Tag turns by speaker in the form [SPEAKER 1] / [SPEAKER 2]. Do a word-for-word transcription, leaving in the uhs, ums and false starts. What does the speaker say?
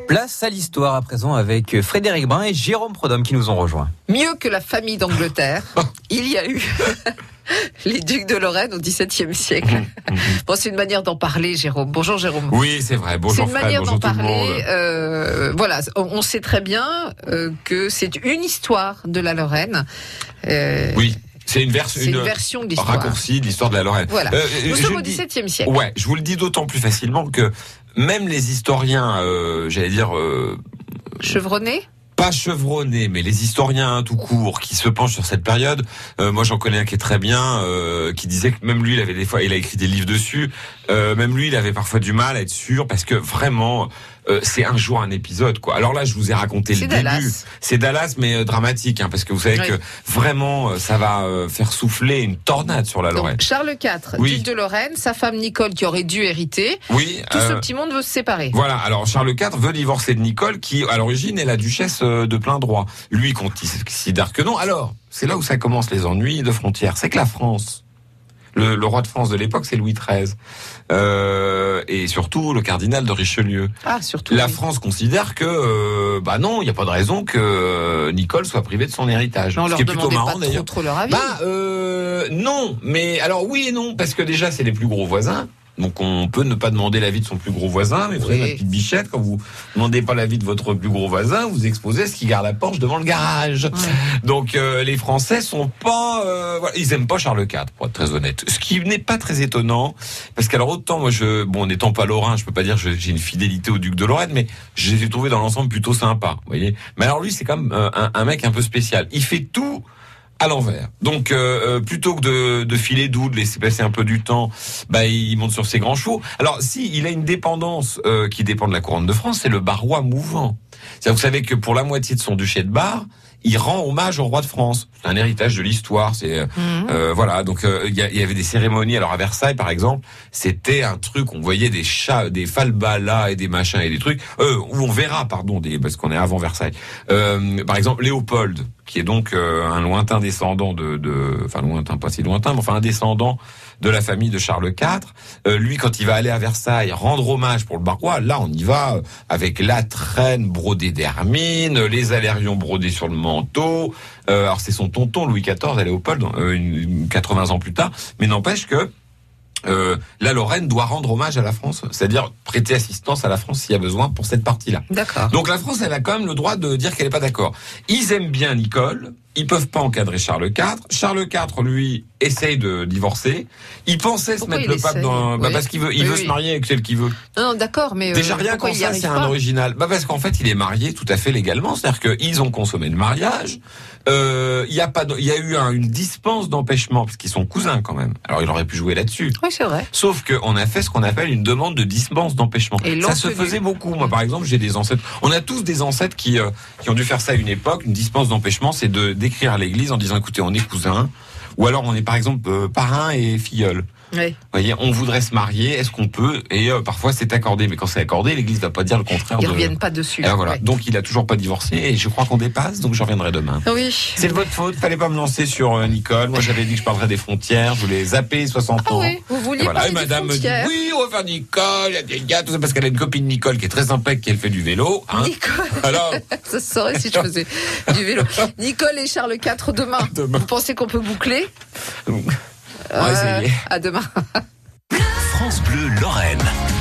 [SPEAKER 1] Place à l'histoire à présent avec Frédéric Brun et Jérôme Prodhomme qui nous ont rejoints.
[SPEAKER 2] Mieux que la famille d'Angleterre, il y a eu les ducs de Lorraine au XVIIe siècle. Bon, c'est une manière d'en parler, Jérôme. Bonjour, Jérôme.
[SPEAKER 3] Oui, c'est vrai. Bonjour,
[SPEAKER 2] C'est une
[SPEAKER 3] Fred.
[SPEAKER 2] manière
[SPEAKER 3] Bonjour
[SPEAKER 2] d'en
[SPEAKER 3] tout le
[SPEAKER 2] parler.
[SPEAKER 3] monde.
[SPEAKER 2] Euh, voilà, on, on sait très bien euh, que c'est une histoire de la Lorraine. Euh,
[SPEAKER 3] Oui. C'est une, vers-
[SPEAKER 2] c'est
[SPEAKER 3] une,
[SPEAKER 2] une version de l'histoire.
[SPEAKER 3] raccourci de l'histoire de la Lorraine.
[SPEAKER 2] Voilà.
[SPEAKER 3] Euh,
[SPEAKER 2] Nous
[SPEAKER 3] je
[SPEAKER 2] sommes au
[SPEAKER 3] le dis-
[SPEAKER 2] XVIIe siècle.
[SPEAKER 3] Ouais, je vous le dis d'autant plus facilement que même les historiens, euh, j'allais dire, euh,
[SPEAKER 2] Chevronné.
[SPEAKER 3] pas chevronnés, mais les historiens tout court qui se penchent sur cette période. Euh, moi, j'en connais un qui est très bien, euh, qui disait que même lui, il avait des fois, il a écrit des livres dessus. Euh, même lui, il avait parfois du mal à être sûr parce que vraiment, euh, c'est un jour un épisode, quoi. Alors là, je vous ai raconté
[SPEAKER 2] C'est
[SPEAKER 3] le
[SPEAKER 2] Dallas.
[SPEAKER 3] début. C'est Dallas, mais euh, dramatique, hein, parce que vous savez
[SPEAKER 2] Oui.
[SPEAKER 3] que vraiment, euh, ça va euh, faire souffler une tornade sur la Lorraine.
[SPEAKER 2] Donc, Charles quatre,
[SPEAKER 3] Oui.
[SPEAKER 2] duc de Lorraine, sa femme Nicole qui aurait dû hériter.
[SPEAKER 3] Oui.
[SPEAKER 2] Tout ce
[SPEAKER 3] euh,
[SPEAKER 2] petit monde veut se séparer.
[SPEAKER 3] Voilà, alors Charles quatre veut divorcer de Nicole, qui à l'origine est la duchesse euh, de plein droit. Lui considère que non. Alors, c'est là où ça commence les ennuis de frontières. C'est que la France, le, le roi de France de l'époque, c'est Louis treize. Euh, et surtout le cardinal de Richelieu.
[SPEAKER 2] Ah, surtout.
[SPEAKER 3] La
[SPEAKER 2] oui.
[SPEAKER 3] France considère que, euh, bah non, il n'y a pas de raison que euh, Nicole soit privée de son héritage.
[SPEAKER 2] Non, on
[SPEAKER 3] Ce
[SPEAKER 2] leur
[SPEAKER 3] qui est plutôt
[SPEAKER 2] demandait
[SPEAKER 3] marrant
[SPEAKER 2] pas trop,
[SPEAKER 3] d'ailleurs.
[SPEAKER 2] trop leur avis.
[SPEAKER 3] Bah euh, non, mais alors oui et non, parce que déjà c'est les plus gros voisins. Donc on peut ne pas demander l'avis de son plus gros voisin, mais vous
[SPEAKER 2] Oui.
[SPEAKER 3] savez, ma petite bichette, quand vous demandez pas l'avis de votre plus gros voisin, vous exposez ce qui garde la Porsche devant le garage.
[SPEAKER 2] Ouais.
[SPEAKER 3] Donc euh, les Français sont pas, euh, voilà, ils aiment pas Charles quatre, pour être très honnête. Ce qui n'est pas très étonnant, parce qu'alors autant moi je, bon n'étant pas lorrain, je peux pas dire que j'ai une fidélité au duc de Lorraine, mais je les ai trouvés dans l'ensemble plutôt sympas, vous voyez. Mais alors lui c'est quand même euh, un, un mec un peu spécial. Il fait tout à l'envers. Donc euh, plutôt que de, de filer doux, de laisser passer un peu du temps, bah il monte sur ses grands chevaux. Alors si il a une dépendance euh, qui dépend de la couronne de France, c'est le barrois mouvant. C'est-à-dire, vous savez que pour la moitié de son duché de Bar, il rend hommage au roi de France. C'est un héritage de l'histoire. C'est
[SPEAKER 2] Mhm.
[SPEAKER 3] euh, voilà. Donc euh, il y, a- il y avait des cérémonies. Alors à Versailles, par exemple, c'était un truc. On voyait des chats, des falbalas et des machins et des trucs. Euh, où on verra, pardon, des, parce qu'on est avant Versailles. Euh, par exemple, Léopold, qui est donc euh, un lointain descendant de, de, enfin lointain, pas si lointain, mais enfin un descendant de la famille de Charles quatre. Euh, lui, quand il va aller à Versailles rendre hommage pour le barrois, là, on y va euh, avec la traîne brodée d'hermine, les alérions brodés sur le manteau. Euh, alors c'est son tonton Louis quatorze, à Léopold, euh, une, une quatre-vingts ans plus tard. Mais n'empêche que euh, la Lorraine doit rendre hommage à la France, c'est-à-dire prêter assistance à la France s'il y a besoin pour cette partie-là.
[SPEAKER 2] D'accord.
[SPEAKER 3] Donc la France, elle a quand même le droit de dire qu'elle n'est pas d'accord. Ils aiment bien Nicole, ils peuvent pas encadrer Charles quatre. Charles quatre, lui, essaye de divorcer. Il pensait
[SPEAKER 2] Pourquoi
[SPEAKER 3] se mettre
[SPEAKER 2] il
[SPEAKER 3] le pape
[SPEAKER 2] essaye
[SPEAKER 3] dans... Bah
[SPEAKER 2] Oui.
[SPEAKER 3] parce qu'il veut, il
[SPEAKER 2] Oui,
[SPEAKER 3] veut
[SPEAKER 2] oui.
[SPEAKER 3] se marier avec celle qu'il veut.
[SPEAKER 2] Non, non, d'accord, mais euh,
[SPEAKER 3] Déjà rien
[SPEAKER 2] pourquoi
[SPEAKER 3] qu'en
[SPEAKER 2] il y
[SPEAKER 3] ça,
[SPEAKER 2] arrive
[SPEAKER 3] c'est un
[SPEAKER 2] pas
[SPEAKER 3] original. Bah parce qu'en fait, il est marié tout à fait légalement, c'est-à-dire qu'ils ont consommé le mariage. Euh, Il y a pas, de- il y a eu un- une dispense d'empêchement parce qu'ils sont cousins quand même. Alors il aurait pu jouer là-dessus.
[SPEAKER 2] Oui, c'est vrai.
[SPEAKER 3] Sauf qu'on a fait ce qu'on appelle une demande de dispense d'empêchement.
[SPEAKER 2] Et l'ont
[SPEAKER 3] Ça se
[SPEAKER 2] tenu.
[SPEAKER 3] faisait beaucoup. Moi, par exemple, j'ai des ancêtres. On a tous des ancêtres qui euh, qui ont dû faire ça à une époque. Une dispense d'empêchement, c'est de d'écrire à l'église en disant écoutez, on est cousins, ou alors on est par exemple euh, parrain et filleul.
[SPEAKER 2] Oui.
[SPEAKER 3] Vous voyez, on voudrait se marier, est-ce qu'on peut? Et euh, parfois c'est accordé, mais quand c'est accordé, l'église va pas dire le contraire.
[SPEAKER 2] Ils
[SPEAKER 3] de...
[SPEAKER 2] reviennent pas dessus.
[SPEAKER 3] Et ben voilà.
[SPEAKER 2] Ouais.
[SPEAKER 3] Donc il a toujours pas divorcé et je crois qu'on dépasse, donc je reviendrai demain.
[SPEAKER 2] Oui.
[SPEAKER 3] C'est de votre faute, fallait pas me lancer sur euh, Nicole. Moi j'avais dit que je parlerais des frontières, je voulais zapper soixante
[SPEAKER 2] Ah
[SPEAKER 3] ans.
[SPEAKER 2] oui, vous vouliez
[SPEAKER 3] Et voilà.
[SPEAKER 2] parler
[SPEAKER 3] Et
[SPEAKER 2] des
[SPEAKER 3] madame me dit
[SPEAKER 2] frontières.
[SPEAKER 3] oui, on va faire Nicole, il y a des gars, tout ça, parce qu'elle a une copine Nicole qui est très sympa, qui elle fait du vélo. Hein.
[SPEAKER 2] Nicole,
[SPEAKER 3] Alors,
[SPEAKER 2] ça se saurait si je faisais du vélo. Nicole et Charles quatre demain.
[SPEAKER 3] Demain.
[SPEAKER 2] Vous pensez qu'on peut boucler
[SPEAKER 3] on va essayer.
[SPEAKER 2] À demain.
[SPEAKER 4] France Bleu Lorraine.